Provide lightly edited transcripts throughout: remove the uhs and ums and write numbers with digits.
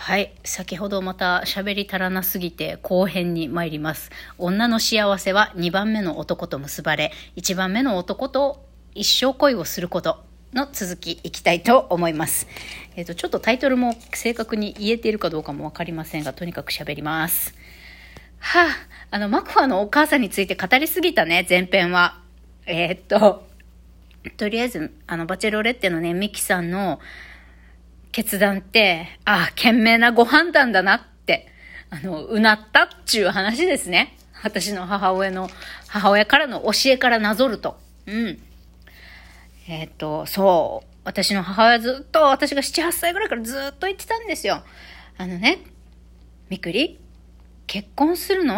はい、先ほどまた喋り足らなすぎて後編に参ります。女の幸せは2番目の男と結ばれ、1番目の男と一生恋をすることの続きいきたいと思います。ちょっとタイトルも正確に言えているかどうかもわかりませんが、とにかく喋ります。マクファのお母さんについて語りすぎたね、前編は。とりあえずバチェロレッテのね、ミキさんの決断って、賢明なご判断だなって、うなったっちゅう話ですね。私の母親からの教えからなぞると。そう。私の母親ずっと、私が7、8歳ぐらいからずっと言ってたんですよ。みくり、結婚する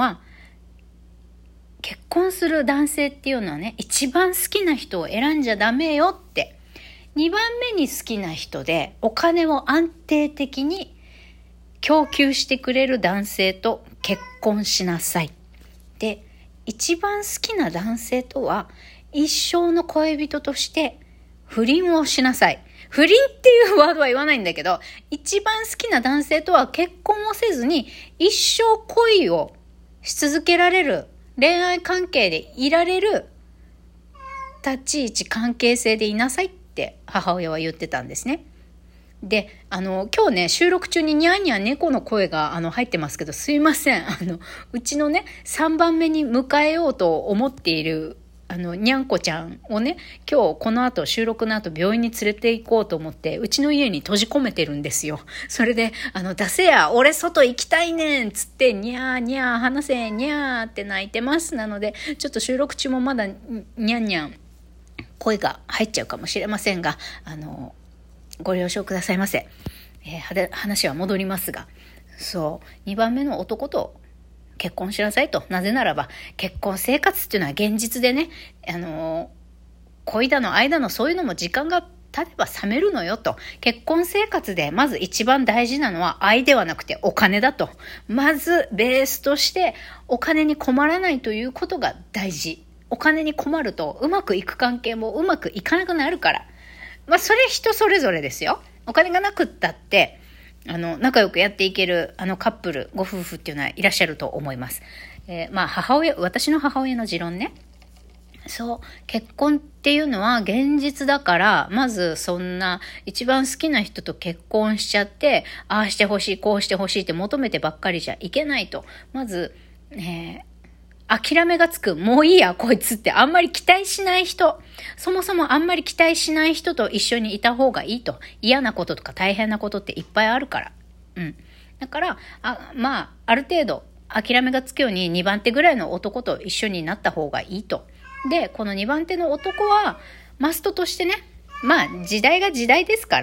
男性っていうのはね、一番好きな人を選んじゃダメよって。2番目に好きな人でお金を安定的に供給してくれる男性と結婚しなさい。で、一番好きな男性とは一生の恋人として不倫をしなさい。不倫っていうワードは言わないんだけど、一番好きな男性とは結婚をせずに一生恋をし続けられる、恋愛関係でいられる立ち位置関係性でいなさいって母親は言ってたんですね。で、今日ね、収録中にニャーニャー猫の声が入ってますけど、すいません。うちのね、3番目に迎えようと思っているにゃんこちゃんをね、今日この後収録の後病院に連れて行こうと思ってうちの家に閉じ込めてるんですよ。それで出せや、俺外行きたいねんつってにゃーにゃー話せにゃーって泣いてます。なのでちょっと収録中もまだにゃんにゃん声が入っちゃうかもしれませんが、ご了承くださいませ。話は戻りますが、そう2番目の男と結婚しなさいと。なぜならば結婚生活っていうのは現実でね、恋だの愛だのそういうのも時間が経てば冷めるのよと。結婚生活でまず一番大事なのは愛ではなくてお金だと。まずベースとしてお金に困らないということが大事。お金に困るとうまくいく関係もうまくいかなくなるから。それ人それぞれですよ。お金がなくったって仲良くやっていけるカップルご夫婦っていうのはいらっしゃると思います。私の母親の持論ね。そう、結婚っていうのは現実だから、まずそんな一番好きな人と結婚しちゃって、ああしてほしいこうしてほしいって求めてばっかりじゃいけないと。まず諦めがつく、もういいやこいつってあんまり期待しない人、そもそもあんまり期待しない人と一緒にいた方がいいと。嫌なこととか大変なことっていっぱいあるから。だからある程度諦めがつくように2番手ぐらいの男と一緒になった方がいいと。で、この2番手の男はマストとしてね、時代が時代ですから、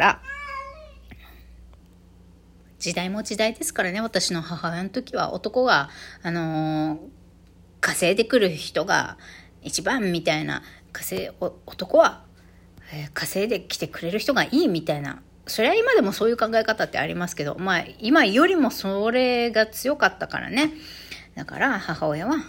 時代も時代ですからね。私の母親の時は男が稼いでくる人が一番みたいな、男は、稼いできてくれる人がいいみたいな、それは今でもそういう考え方ってありますけど、今よりもそれが強かったからね。だから母親は、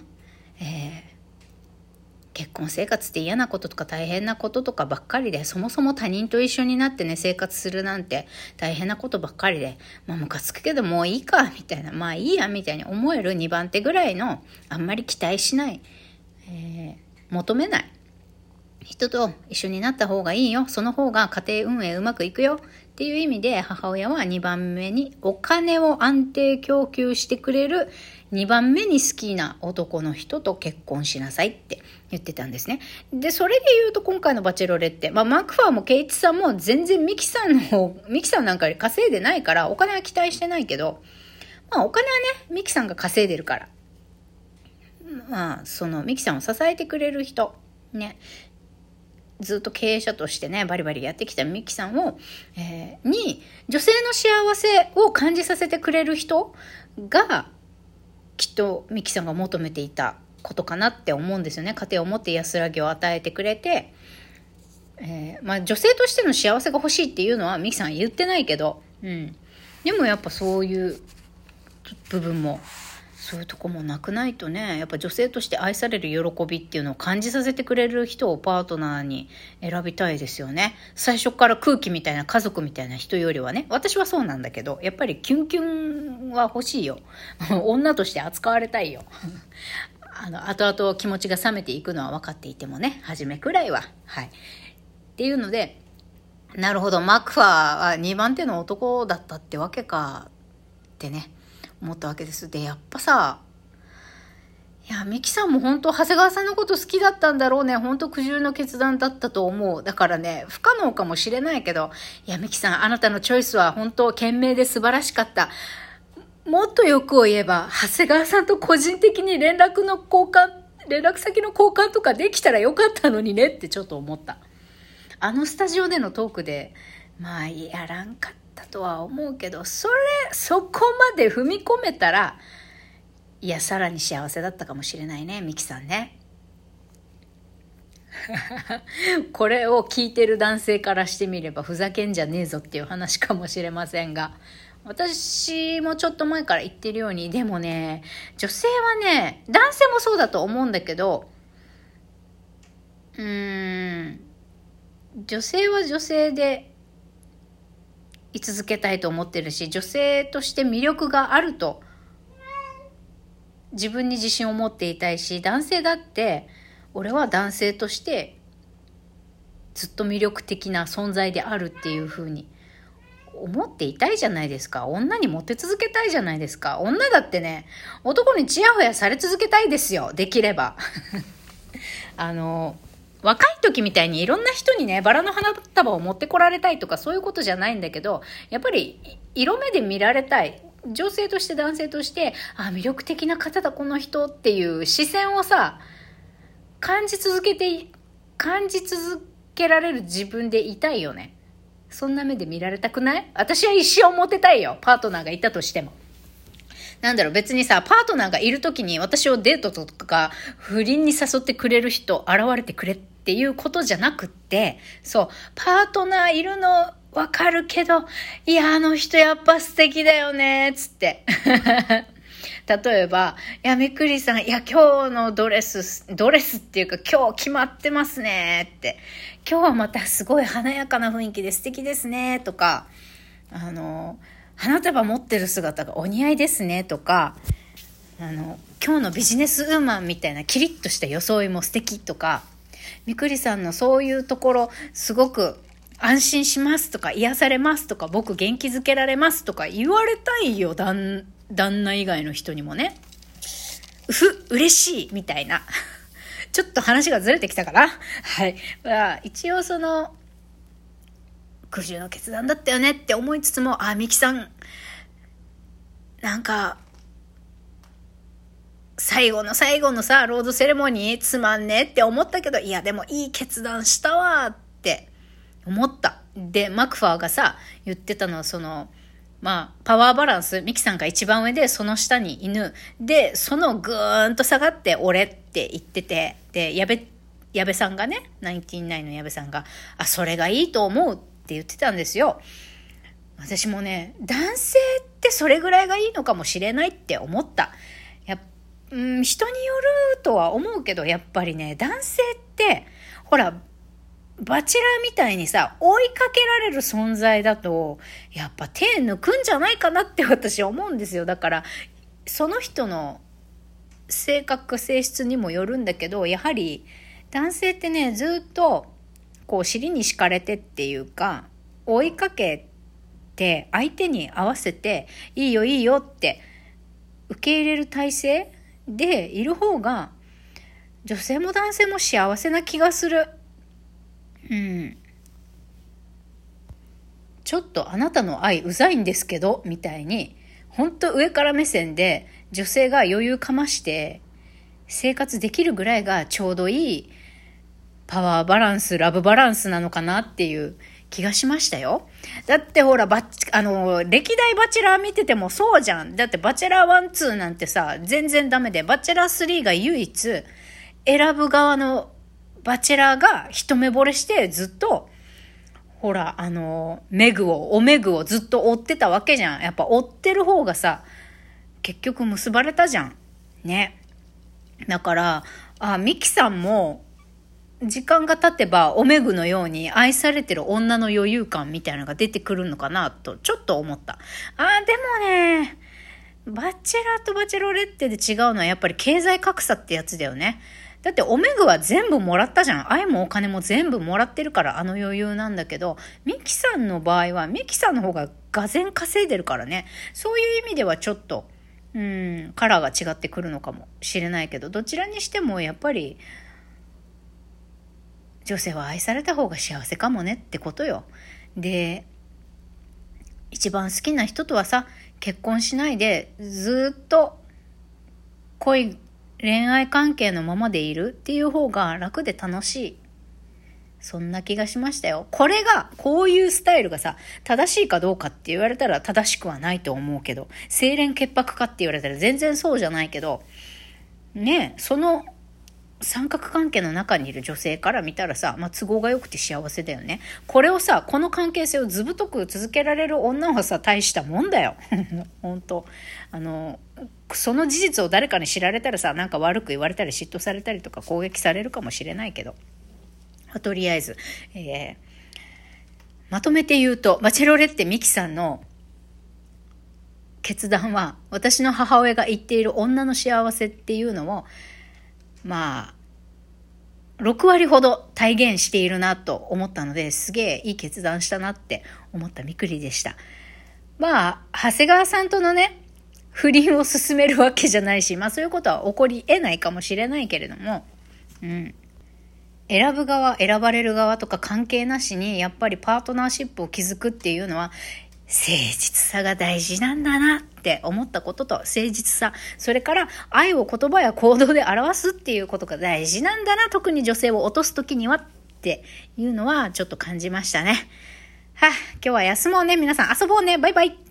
結婚生活って嫌なこととか大変なこととかばっかりで、そもそも他人と一緒になってね生活するなんて大変なことばっかりで、ムカつくけどもういいかみたいな、いいやみたいに思える2番手ぐらいの、あんまり期待しない、求めない人と一緒になった方がいいよ。その方が家庭運営うまくいくよっていう意味で、母親は2番目にお金を安定供給してくれる2番目に好きな男の人と結婚しなさいって言ってたんですね。で、それで言うと今回のバチェロレッテ、マクファーもケイチさんも全然ミキさんなんかより稼いでないからお金は期待してないけど、お金はねミキさんが稼いでるから、そのミキさんを支えてくれる人ね、ずっと経営者としてねバリバリやってきたミキさんを、に女性の幸せを感じさせてくれる人がきっとミキさんが求めていたことかなって思うんですよね。家庭を持って安らぎを与えてくれて、女性としての幸せが欲しいっていうのはミキさんは言ってないけど、でもやっぱそういう部分もそういうとこもなくないとね、やっぱ女性として愛される喜びっていうのを感じさせてくれる人をパートナーに選びたいですよね。最初から空気みたいな家族みたいな人よりはね、私はそうなんだけど、やっぱりキュンキュンは欲しいよ。女として扱われたいよ。後々気持ちが冷めていくのは分かっていてもね、初めくらいは。はい。っていうので、なるほど、マクファーは2番手の男だったってわけかってね、思ったわけです。で、やっぱさ、いや、ミキさんも本当長谷川さんのこと好きだったんだろうね。本当苦渋の決断だったと思う。だからね、不可能かもしれないけど、いや、ミキさん、あなたのチョイスは本当賢明で素晴らしかった。もっと欲を言えば、長谷川さんと個人的に連絡先の交換とかできたらよかったのにねってちょっと思った。スタジオでのトークで、まあ、やらんかったとは思うけど、そこまで踏み込めたら、いや、さらに幸せだったかもしれないね、ミキさんね。これを聞いてる男性からしてみれば、ふざけんじゃねえぞっていう話かもしれませんが、私もちょっと前から言ってるように、でもね、女性はね、男性もそうだと思うんだけど、女性は女性で居続けたいと思ってるし、女性として魅力があると自分に自信を持っていたいし、男性だって俺は男性としてずっと魅力的な存在であるっていう風に思っていたいじゃないですか。女にモテ続けたいじゃないですか。女だってね、男にチヤホヤされ続けたいですよ、できれば。若い時みたいにいろんな人にね、バラの花束を持ってこられたいとかそういうことじゃないんだけど、やっぱり色目で見られたい。女性として男性として、魅力的な方だこの人っていう視線をさ、感じ続けられる自分でいたいよね。そんな目で見られたくない？私は一生モテたいよ、パートナーがいたとしても。別にさ、パートナーがいるときに私をデートとか不倫に誘ってくれる人現れてくれっていうことじゃなくって、そう、パートナーいるのわかるけど、いや、あの人やっぱ素敵だよね、つって。例えば、いや、みっくりさん、いや、今日のドレスっていうか、今日決まってますね、って。今日はまたすごい華やかな雰囲気で素敵ですね、とか、花束持ってる姿がお似合いですね、とか、今日のビジネスウーマンみたいなキリッとした装いも素敵とか、みくりさんのそういうところすごく安心しますとか、癒されますとか、僕元気づけられますとか言われたいよ、旦那以外の人にもね。嬉しいみたいな。ちょっと話がずれてきたかな。はい。一応苦渋の決断だったよねって思いつつも、ミキさん、なんか、最後のさ、ロードセレモニーつまんねって思ったけど、いやでもいい決断したわって思った。で、マクファーがさ、言ってたのはパワーバランス、ミキさんが一番上で、その下に犬。で、ぐーんと下がって俺って言ってて、で、矢部さんがね、ナインティナインの矢部さんが、それがいいと思うって言ってたんですよ。私もね、男性ってそれぐらいがいいのかもしれないって思った。人によるとは思うけど、やっぱりね、男性って、ほら、バチェラーみたいにさ、追いかけられる存在だと、やっぱ手抜くんじゃないかなって私は思うんですよ。だから、その人の性格、性質にもよるんだけど、やはり男性ってね、ずっと尻に敷かれてっていうか、追いかけて相手に合わせて、いいよいいよって受け入れる体制でいる方が、女性も男性も幸せな気がする。ちょっとあなたの愛うざいんですけどみたいに、本当上から目線で女性が余裕かまして生活できるぐらいがちょうどいいパワーバランス、ラブバランスなのかなっていう気がしましたよ。だってほら、歴代バチェラー見ててもそうじゃん。だってバチェラー1、2なんてさ、全然ダメで、バチェラー3が唯一選ぶ側のバチェラーが一目惚れしてずっと、ほら、おメグをずっと追ってたわけじゃん。やっぱ追ってる方がさ、 結局結ばれたじゃん。ね。だから、ミキさんも、時間が経てばおめぐのように愛されてる女の余裕感みたいなのが出てくるのかなとちょっと思った。でもね、バチェラーとバチェロレッテで違うのはやっぱり経済格差ってやつだよね。だっておめぐは全部もらったじゃん。愛もお金も全部もらってるからあの余裕なんだけど、ミキさんの場合はミキさんの方ががぜん稼いでるからね。そういう意味ではちょっとカラーが違ってくるのかもしれないけど、どちらにしてもやっぱり女性は愛された方が幸せかもねってことよ。で、一番好きな人とはさ、結婚しないでずっと恋愛関係のままでいるっていう方が楽で楽しい。そんな気がしましたよ。こういうスタイルがさ、正しいかどうかって言われたら正しくはないと思うけど、清廉潔白かって言われたら全然そうじゃないけど、ね、その三角関係の中にいる女性から見たらさ、都合が良くて幸せだよね。これをさ、この関係性をずぶとく続けられる女はさ、大したもんだよ。本当その事実を誰かに知られたらさ、なんか悪く言われたり嫉妬されたりとか攻撃されるかもしれないけど、とりあえず、まとめて言うと、バチェロレッテミキさんの決断は、私の母親が言っている女の幸せっていうのを6割ほど体現しているなと思ったので、すげえいい決断したなって思ったみくりでした。長谷川さんとのね、不倫を進めるわけじゃないし、そういうことは起こり得ないかもしれないけれども、選ぶ側、選ばれる側とか関係なしに、やっぱりパートナーシップを築くっていうのは、誠実さが大事なんだなって思ったことと、誠実さ、それから愛を言葉や行動で表すっていうことが大事なんだな、特に女性を落とすときにはっていうのはちょっと感じましたね。今日は休もうね、皆さん遊ぼうね、バイバイ。